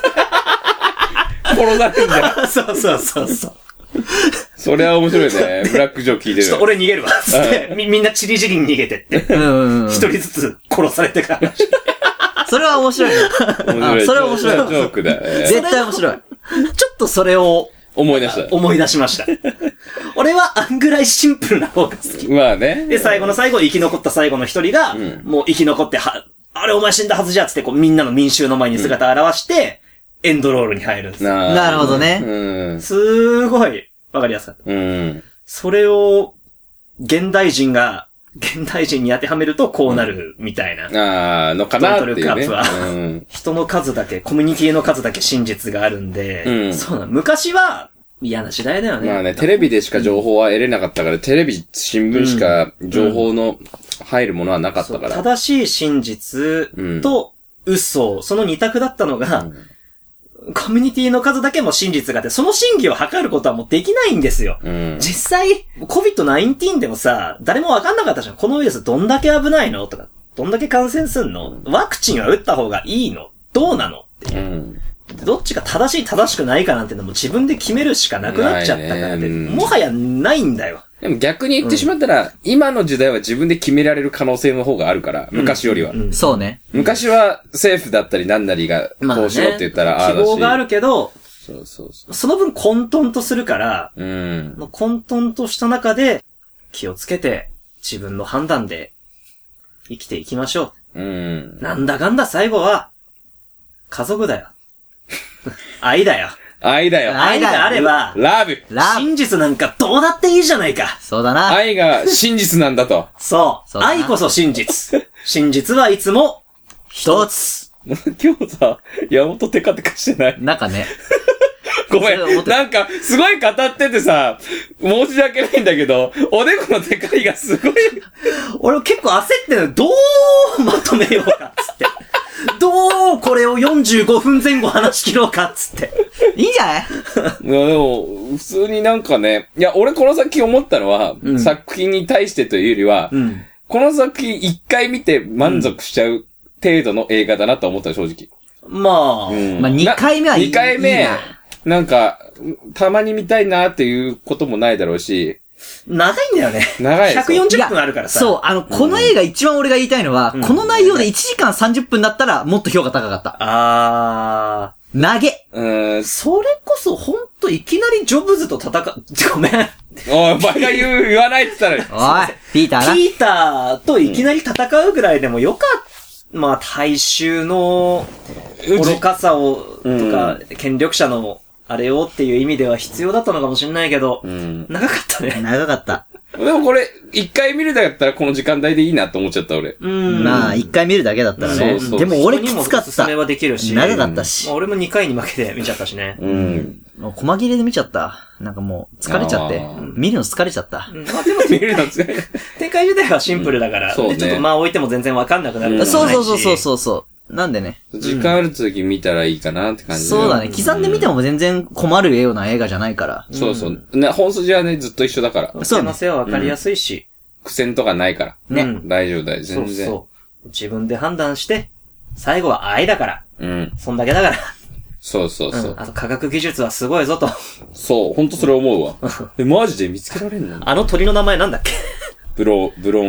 殺されるんだ。 そう。 それは面白いね。ブラックジョー聞いてる。 ちょっと俺逃げるわ。つって。みんなチリチリに逃げてって。一人ずつ殺されてから。 それは面白いね。それは面白い。 ジョークだ。 絶対面白い。 ちょっとそれを、 思い出しました。 俺はあんぐらいシンプルな方が好き。 まあね。 で、最後の最後、生き残った最後の一人が、もう生き残ってあれお前死んだはずじゃっつって、みんなの民衆の前に姿を現して、エンドロールに入るんです。 なるほどね。 すごい、わかりやすかった。それを、現代人に当てはめるとこうなるみたいな。 のかなっていうね。 トントルクラップは。人の数だけ、コミュニティの数だけ真実があるんで、そうなの。昔は、 嫌な時代だよね。 まあね、テレビでしか情報は得れなかったから、テレビ、新聞しか情報の入るものはなかったから。 正しい真実と嘘、その二択だったのが、コミュニティの数だけも真実があって、その真偽を測ることはもうできないんですよ。実際、COVID-19 でもさ、誰もわかんなかったじゃん。このウイルスどんだけ危ないのとか、どんだけ感染すんの？ワクチンは打った方がいいの？どうなの？っていう。どっちが正しい正しくないかなんてのも自分で決めるしかなくなっちゃったからで、もはやないんだよ。 でも逆に言ってしまったら、今の時代は自分で決められる可能性の方があるから、昔よりは。 そうね。 昔は政府だったり何なりがこうしろって言ったら、 希望があるけど、 そうその分混沌とするから、混沌とした中で気をつけて自分の判断で生きていきましょう。なんだかんだ最後は家族だよ。愛だよ。 愛だよ。 愛があれば、 ラブ。 真実なんかどうだっていいじゃないか。 そうだな。 愛が真実なんだと。 そう。愛こそ真実。真実はいつも一つ。 今日さ、山本テカテカしてない？ なんかね。 ごめん。なんか、すごい語っててさ、申し訳ないんだけど、おでこのテカリがすごい。 俺結構焦ってるの。どうまとめようかっつって。どうこれを45分前後話し切ろうかっつって。 いいんじゃない？ いやでも、普通になんかね、いや、俺この作品思ったのは、作品に対してというよりは、この作品一回見て満足しちゃう程度の映画だなと思った正直。 まあ、 まあ2回目はいい。 2回目、なんか、たまに見たいなっていうこともないだろうし、 長いんだよね。 長い。 140分あるからさ。 そう、この映画一番俺が言いたいのは、この内容で1時間30分だったらもっと評価高かった。投げ。 それこそほんといきなりジョブズと戦ごめん。 おい、お前が言わないって言ったら。おい、ピーターな。 ピーターといきなり戦うぐらいでもよかった。まあ、大衆の愚かさを、とか、権力者のあれをっていう意味では必要だったのかもしれないけど、長かったね。 長かった。 でもこれ、一回見るだけだったらこの時間帯でいいなって思っちゃった俺。 まあ、一回見るだけだったらね。でも俺きつかった。 おすすめはできるし。 長かったし。 俺も2回に負けて見ちゃったしね。 もう細切れで見ちゃった。なんかもう、疲れちゃって。見るの疲れちゃった。 まあでも見るの疲れ展開自体はシンプルだから。で、ちょっとまあ置いても全然わかんなくなる。 そう。なんでね。 時間ある時見たらいいかなって感じ。 そうだね。刻んで見ても全然困るような映画じゃないから。 そう。ね、本筋はね、ずっと一緒だから。 そう。せはわかりやすいし。 苦戦とかないから。 ね。 大丈夫だよ、全然。 そう。自分で判断して、最後は愛だから。そんだけだから。 そう。 あと科学技術はすごいぞと。 そう、ほんとそれ思うわ。マジで見つけられんの？ あの鳥の名前なんだっけ？ ブロ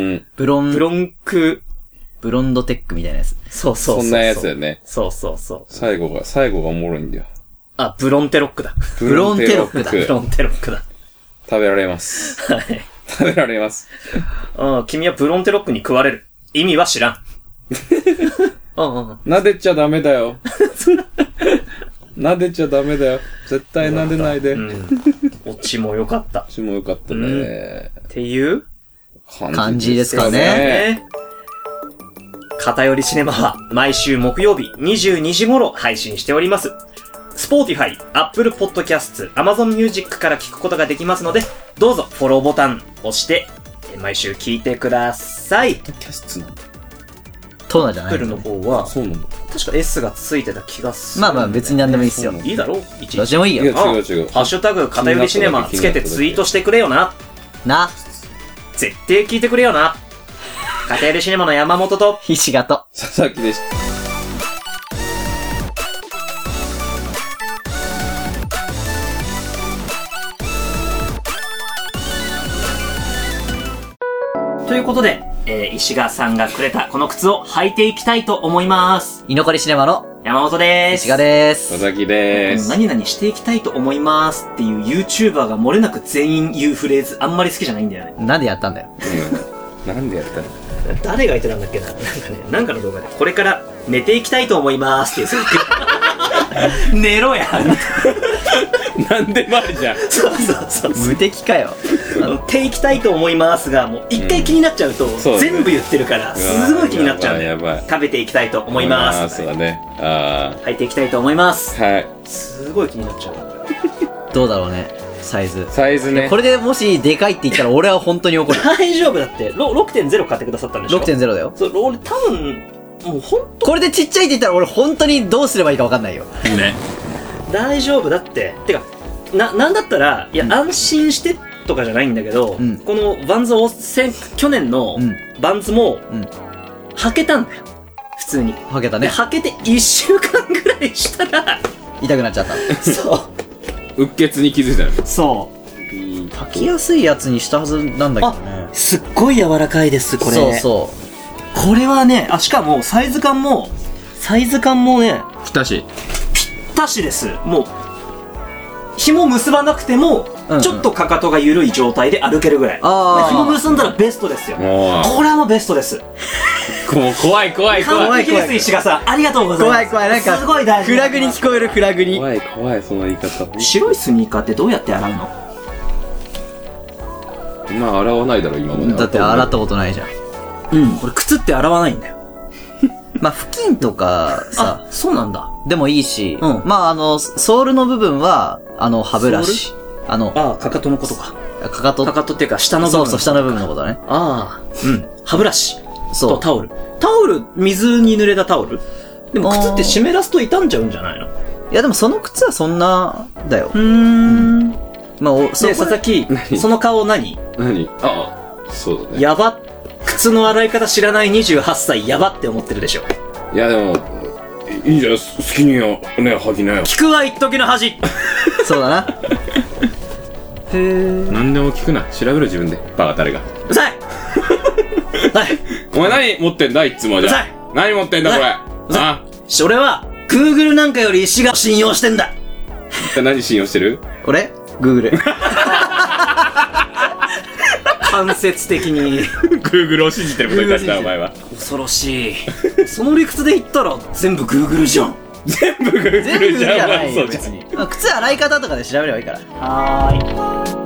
ンドテックみたいなやつ。 そう。 そんなやつだよね。 そう。 最後がおもろいんだよ。 あ、ブロンテロックだ。 ブロンテロックだ。 食べられます。はい。食べられます。 君はブロンテロックに食われる。意味は知らん。 撫でちゃダメだよ。撫でちゃダメだよ。絶対撫でないで。 オチも良かった。 オチも良かったね。 っていう感じですかね。 偏りシネマは毎週木曜日22時頃配信しております。Spotify、Apple Podcast、Amazon Music から聞くことができますので、どうぞフォローボタン押して毎週聞いてください。 ポッドキャストなんだ。 トーナじゃない。 Apple の方は、 そうなんだ。 確か S がついてた気がする。 まあ別に何でもいいっすよ。 いいだろ？ どっちでもいいよ。 違う。 ハッシュタグ偏りシネマつけてツイートしてくれよな。絶対聞いてくれよな。偏りシネマの山本と菱形と佐々木でした。 ということで、石川さんがくれたこの靴を履いていきたいと思います。 居残りシネマの山本でーす。 石川でーす。 佐々木でーす。 何々していきたいと思いますっていう YouTuber が漏れなく全員言うフレーズあんまり好きじゃないんだよね。 なんでやったんだよ。 なんでやったの？ 誰が言ってたんだっけな。なんかの動画でこれから寝ていきたいと思いますっていう。寝ろや。 なんでもあるじゃん。 そう。 無敵かよ。 ていきたいと思いますが、もう一回気になっちゃうと、全部言ってるから、すごい気になっちゃうんで。 やばい。 食べていきたいと思います。 そうだね。 履いていきたいと思います。 はい。 すごい気になっちゃう。 どうだろうね。 サイズ。 サイズね。 これでもしでかいって言ったら俺は本当に怒る。 大丈夫だって。6.0 買ってくださったんでしょ？ 6.0 だよ。 そう、俺多分、もうほんと。 これでちっちゃいって言ったら俺本当にどうすればいいか分かんないよ。 ね。 大丈夫だって。てか、なんだったら、いや、安心してとかじゃないんだけど、このバンズを去年のバンズも、履けたんだよ。普通に。 履けたね。 履けて1週間ぐらいしたら、 痛くなっちゃった。 そう。 うっ血に気づいたよ。 そう。 履きやすいやつにしたはずなんだけどね。 すっごい柔らかいです、これ。 そうそう。 これはね、しかもサイズ感もね、 ぴったし。 ぴったしです。もう、紐結ばなくても、ちょっとかかとが緩い状態で歩けるぐらい。紐結んだらベストですよ。これはもうベストです。 もう怖い。 完璧です、石川さん。ありがとうございます。 怖い。なんか、 すごい大事。 フラグに聞こえる、フラグに。 怖い、その言い方。 白いスニーカーってどうやって洗うの？ まあ、洗わないだろ、今まで。 だって洗ったことないじゃん。 これ靴って洗わないんだよ。 まあ、付近とかさ。 そうなんだ。 でもいいし、まあ、ソールの部分は、歯ブラシ。かかかとのことか。 かかとっていうか、下の部分。 そう、下の部分のことね。 歯ブラシ。 そう。 とタオル。水に濡れたタオル？でも靴って湿らすと傷んじゃうんじゃないの？ いや、でもその靴はそんな、だよ。まあ、 佐々木、その顔何？ そうだね。 やば。靴の洗い方知らない28歳やばって思ってるでしょ。 いやでも、いいじゃん、好きにね、履きなよ。 聞くは一時の恥。 そうだな。へー。 何でも聞くな。調べろ自分で。バカ誰が。 うるさいお前何持ってんだいつもじゃ。 うるさい何持ってんだこれ。 俺は、Google なんかより石が信用してんだ。 何信用してる？ 俺 ?Google。 間接的に Google を信じてることになったお前は。恐ろしい。その理屈で言ったら全部 Google じゃん。 全部 Google じゃん。 別に。靴洗い方とかで調べればいいから。 はーい。